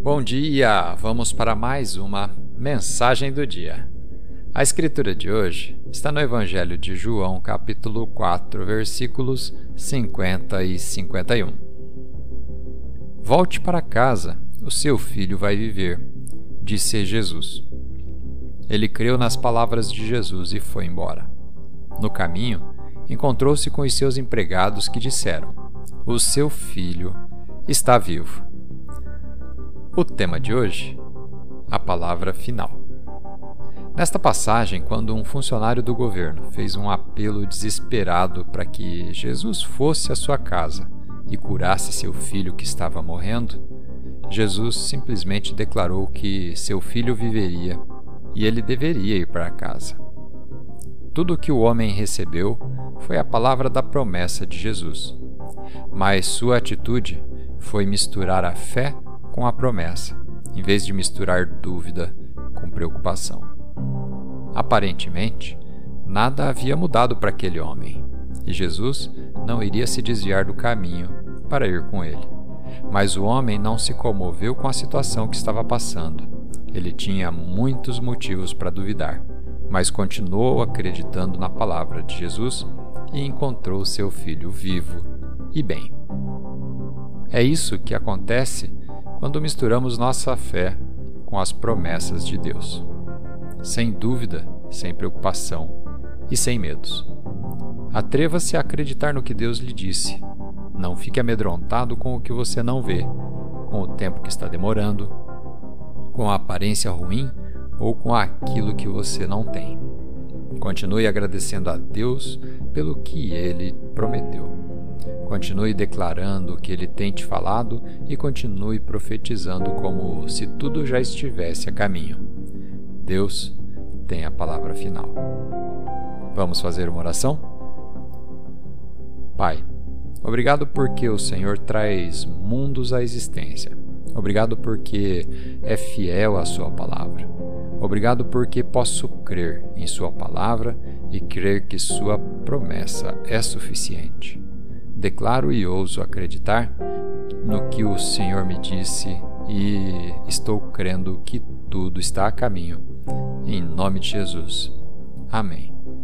Bom dia! Vamos para mais uma mensagem do dia. A escritura de hoje está no Evangelho de João, capítulo 4, versículos 50 e 51. Volte para casa, o seu filho vai viver, disse Jesus. Ele creu nas palavras de Jesus e foi embora. No caminho, encontrou-se com os seus empregados que disseram: "O seu filho está vivo." O tema de hoje, a palavra final. Nesta passagem, quando um funcionário do governo fez um apelo desesperado para que Jesus fosse à sua casa e curasse seu filho que estava morrendo, Jesus simplesmente declarou que seu filho viveria e ele deveria ir para casa. Tudo o que o homem recebeu foi a palavra da promessa de Jesus, mas sua atitude foi misturar a fé com a promessa, em vez de misturar dúvida com preocupação. Aparentemente, nada havia mudado para aquele homem, e Jesus não iria se desviar do caminho para ir com ele. Mas o homem não se comoveu com a situação que estava passando. Ele tinha muitos motivos para duvidar, mas continuou acreditando na palavra de Jesus e encontrou seu filho vivo e bem. É isso que acontece quando misturamos nossa fé com as promessas de Deus. Sem dúvida, sem preocupação e sem medos. Atreva-se a acreditar no que Deus lhe disse. Não fique amedrontado com o que você não vê, com o tempo que está demorando, com a aparência ruim ou com aquilo que você não tem. Continue agradecendo a Deus pelo que Ele prometeu. Continue declarando o que Ele tem te falado e continue profetizando como se tudo já estivesse a caminho. Deus tem a palavra final. Vamos fazer uma oração? Pai, obrigado porque o Senhor traz mundos à existência. Obrigado porque é fiel à Sua palavra. Obrigado porque posso crer em Sua palavra e crer que Sua promessa é suficiente. Declaro e ouso acreditar no que o Senhor me disse e estou crendo que tudo está a caminho. Em nome de Jesus. Amém.